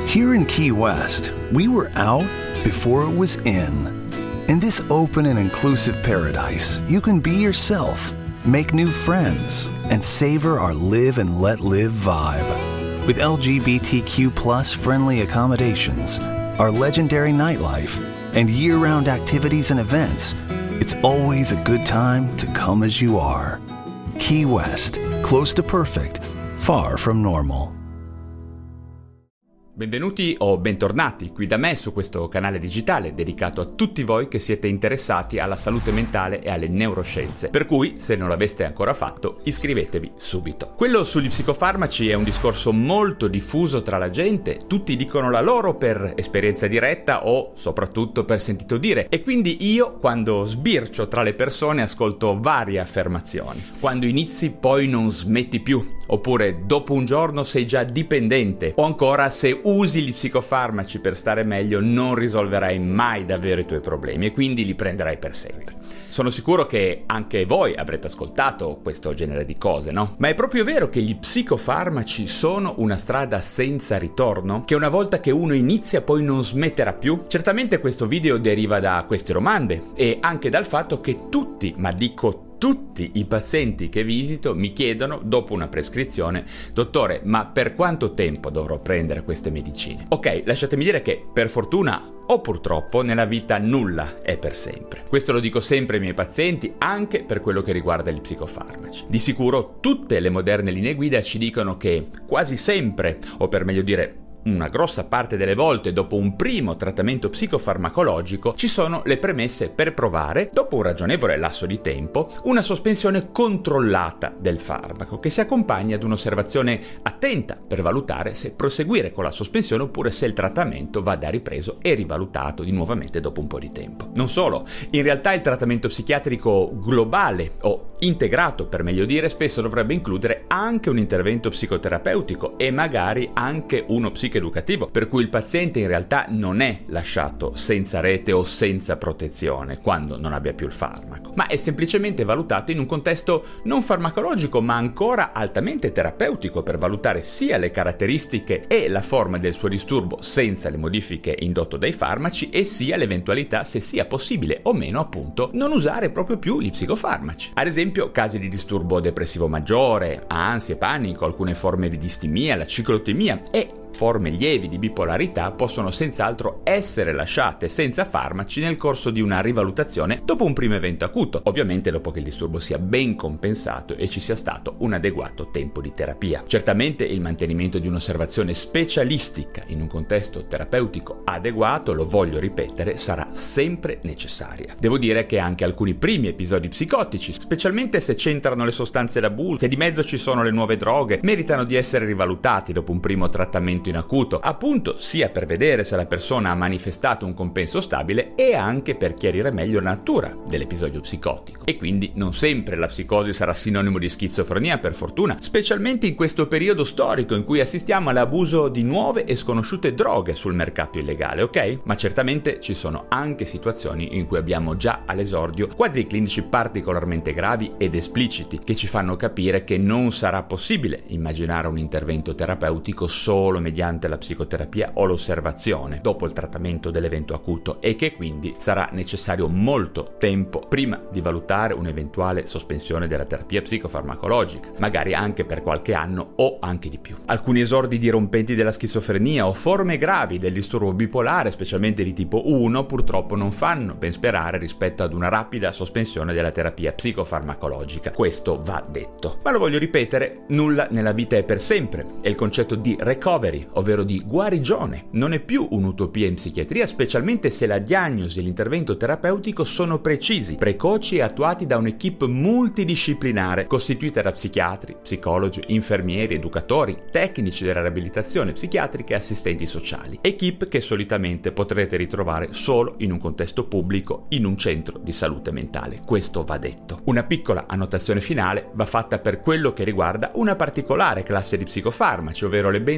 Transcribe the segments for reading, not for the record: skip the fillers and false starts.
Here in Key West, we were out before it was in. In this open and inclusive paradise, you can be yourself, make new friends, and savor our live and let live vibe. With LGBTQ+ friendly accommodations, our legendary nightlife, and year-round activities and events, it's always a good time to come as you are. Key West, close to perfect, far from normal. Benvenuti o bentornati qui da me su questo canale digitale dedicato a tutti voi che siete interessati alla salute mentale e alle neuroscienze. Per cui, se non l'aveste ancora fatto, iscrivetevi subito. Quello sugli psicofarmaci è un discorso molto diffuso tra la gente, tutti dicono la loro per esperienza diretta o soprattutto per sentito dire, e quindi io, quando sbircio tra le persone, ascolto varie affermazioni. Quando inizi poi non smetti più, oppure dopo un giorno sei già dipendente, o ancora se usi gli psicofarmaci per stare meglio non risolverai mai davvero i tuoi problemi e quindi li prenderai per sempre. Sono sicuro che anche voi avrete ascoltato questo genere di cose, no? Ma è proprio vero che gli psicofarmaci sono una strada senza ritorno? Che una volta che uno inizia poi non smetterà più? Certamente questo video deriva da queste domande e anche dal fatto che tutti, ma dico tutti i pazienti che visito mi chiedono, dopo una prescrizione: dottore, ma per quanto tempo dovrò prendere queste medicine? Ok, lasciatemi dire che per fortuna o purtroppo nella vita nulla è per sempre. Questo lo dico sempre ai miei pazienti, anche per quello che riguarda gli psicofarmaci. Di sicuro tutte le moderne linee guida ci dicono che quasi sempre, o per meglio dire una grossa parte delle volte dopo un primo trattamento psicofarmacologico, ci sono le premesse per provare, dopo un ragionevole lasso di tempo, una sospensione controllata del farmaco che si accompagna ad un'osservazione attenta per valutare se proseguire con la sospensione oppure se il trattamento vada ripreso e rivalutato di nuovamente dopo un po' di tempo. Non solo, in realtà il trattamento psichiatrico globale o integrato, per meglio dire, spesso dovrebbe includere anche un intervento psicoterapeutico e magari anche uno psicoeducativo, per cui il paziente in realtà non è lasciato senza rete o senza protezione quando non abbia più il farmaco, ma è semplicemente valutato in un contesto non farmacologico ma ancora altamente terapeutico per valutare sia le caratteristiche e la forma del suo disturbo senza le modifiche indotte dai farmaci e sia l'eventualità se sia possibile o meno appunto non usare proprio più gli psicofarmaci. Ad esempio casi di disturbo depressivo maggiore, ansia, panico, alcune forme di distimia, la ciclotimia e forme lievi di bipolarità possono senz'altro essere lasciate senza farmaci nel corso di una rivalutazione dopo un primo evento acuto, ovviamente dopo che il disturbo sia ben compensato e ci sia stato un adeguato tempo di terapia. Certamente il mantenimento di un'osservazione specialistica in un contesto terapeutico adeguato, lo voglio ripetere, sarà sempre necessaria. Devo dire che anche alcuni primi episodi psicotici, specialmente se c'entrano le sostanze d'abuso, se di mezzo ci sono le nuove droghe, meritano di essere rivalutati dopo un primo trattamento in acuto, appunto sia per vedere se la persona ha manifestato un compenso stabile e anche per chiarire meglio la natura dell'episodio psicotico. E quindi non sempre la psicosi sarà sinonimo di schizofrenia, per fortuna, specialmente in questo periodo storico in cui assistiamo all'abuso di nuove e sconosciute droghe sul mercato illegale, ok? Ma certamente ci sono anche situazioni in cui abbiamo già all'esordio quadri clinici particolarmente gravi ed espliciti che ci fanno capire che non sarà possibile immaginare un intervento terapeutico solo mediante la psicoterapia o l'osservazione dopo il trattamento dell'evento acuto e che quindi sarà necessario molto tempo prima di valutare un'eventuale sospensione della terapia psicofarmacologica, magari anche per qualche anno o anche di più. Alcuni esordi dirompenti della schizofrenia o forme gravi del disturbo bipolare, specialmente di tipo 1, purtroppo non fanno ben sperare rispetto ad una rapida sospensione della terapia psicofarmacologica. Questo va detto. Ma lo voglio ripetere, nulla nella vita è per sempre e il concetto di recovery, ovvero di guarigione, non è più un'utopia in psichiatria, specialmente se la diagnosi e l'intervento terapeutico sono precisi, precoci e attuati da un'equipe multidisciplinare costituita da psichiatri, psicologi, infermieri, educatori, tecnici della riabilitazione psichiatrica e assistenti sociali. Equipe che solitamente potrete ritrovare solo in un contesto pubblico, in un centro di salute mentale. Questo va detto. Una piccola annotazione finale va fatta per quello che riguarda una particolare classe di psicofarmaci, ovvero le benzodiazepine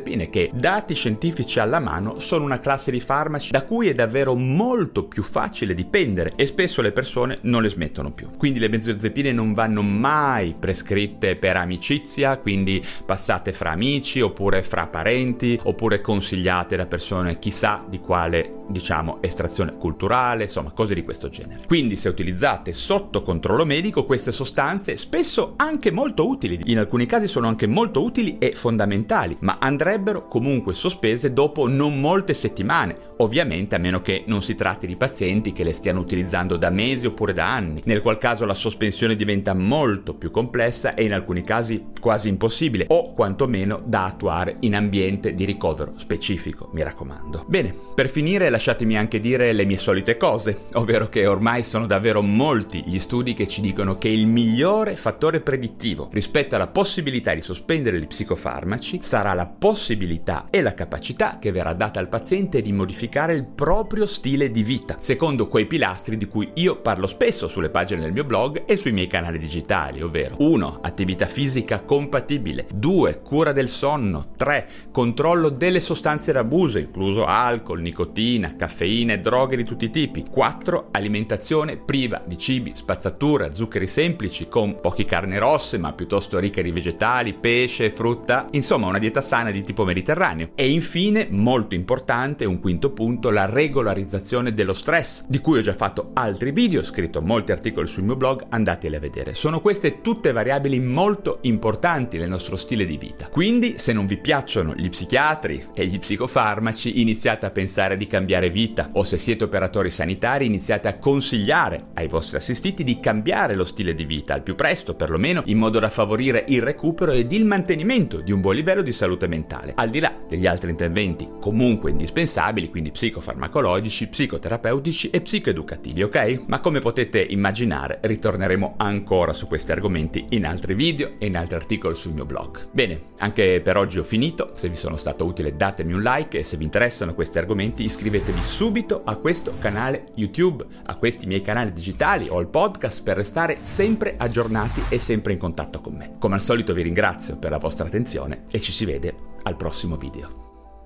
benzodiazepine che, dati scientifici alla mano, sono una classe di farmaci da cui è davvero molto più facile dipendere e spesso le persone non le smettono più. Quindi le benzodiazepine non vanno mai prescritte per amicizia, quindi passate fra amici oppure fra parenti oppure consigliate da persone chissà di quale, estrazione culturale, insomma cose di questo genere. Quindi se utilizzate sotto controllo medico queste sostanze, spesso anche molto utili, in alcuni casi sono anche molto utili e fondamentali, ma andrebbero comunque sospese dopo non molte settimane, ovviamente a meno che non si tratti di pazienti che le stiano utilizzando da mesi oppure da anni, nel qual caso la sospensione diventa molto più complessa e in alcuni casi quasi impossibile, o quantomeno da attuare in ambiente di ricovero specifico, mi raccomando. Bene, per finire lasciatemi anche dire le mie solite cose, ovvero che ormai sono davvero molti gli studi che ci dicono che il migliore fattore predittivo rispetto alla possibilità di sospendere gli psicofarmaci sarà la possibilità e la capacità che verrà data al paziente di modificare il proprio stile di vita, secondo quei pilastri di cui io parlo spesso sulle pagine del mio blog e sui miei canali digitali, ovvero 1. Attività fisica compatibile, 2. Cura del sonno, 3. Controllo delle sostanze d'abuso, incluso alcol, nicotina, caffeina e droghe di tutti i tipi, 4. Alimentazione priva di cibi, spazzatura, zuccheri semplici, con poche carni rosse ma piuttosto ricche di vegetali, pesce, frutta, insomma una dieta sana di tipo mediterraneo. E infine, molto importante, un quinto punto, la regolarizzazione dello stress, di cui ho già fatto altri video, ho scritto molti articoli sul mio blog, andateli a vedere. Sono queste tutte variabili molto importanti nel nostro stile di vita. Quindi, se non vi piacciono gli psichiatri e gli psicofarmaci, iniziate a pensare di cambiare vita, o se siete operatori sanitari, iniziate a consigliare ai vostri assistiti di cambiare lo stile di vita al più presto, perlomeno, in modo da favorire il recupero ed il mantenimento di un buon livello di salute mentale, al di là degli altri interventi comunque indispensabili, quindi psicofarmacologici, psicoterapeutici e psicoeducativi, ok? Ma come potete immaginare, ritorneremo ancora su questi argomenti in altri video e in altri articoli sul mio blog. Bene, anche per oggi ho finito. Se vi sono stato utile datemi un like e se vi interessano questi argomenti iscrivetevi subito a questo canale YouTube, a questi miei canali digitali o al podcast per restare sempre aggiornati e sempre in contatto con me. Come al solito vi ringrazio per la vostra attenzione e ci si vede al prossimo video.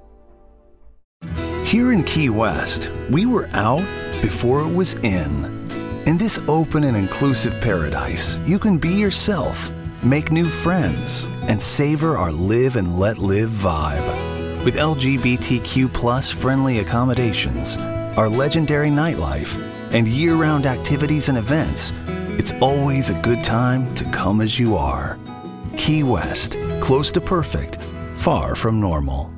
Here in Key West, we were out before it was in. In this open and inclusive paradise, you can be yourself, make new friends, and savor our live and let live vibe. With LGBTQ+ friendly accommodations, our legendary nightlife, and year-round activities and events, it's always a good time to come as you are. Key West, close to perfect, far from normal.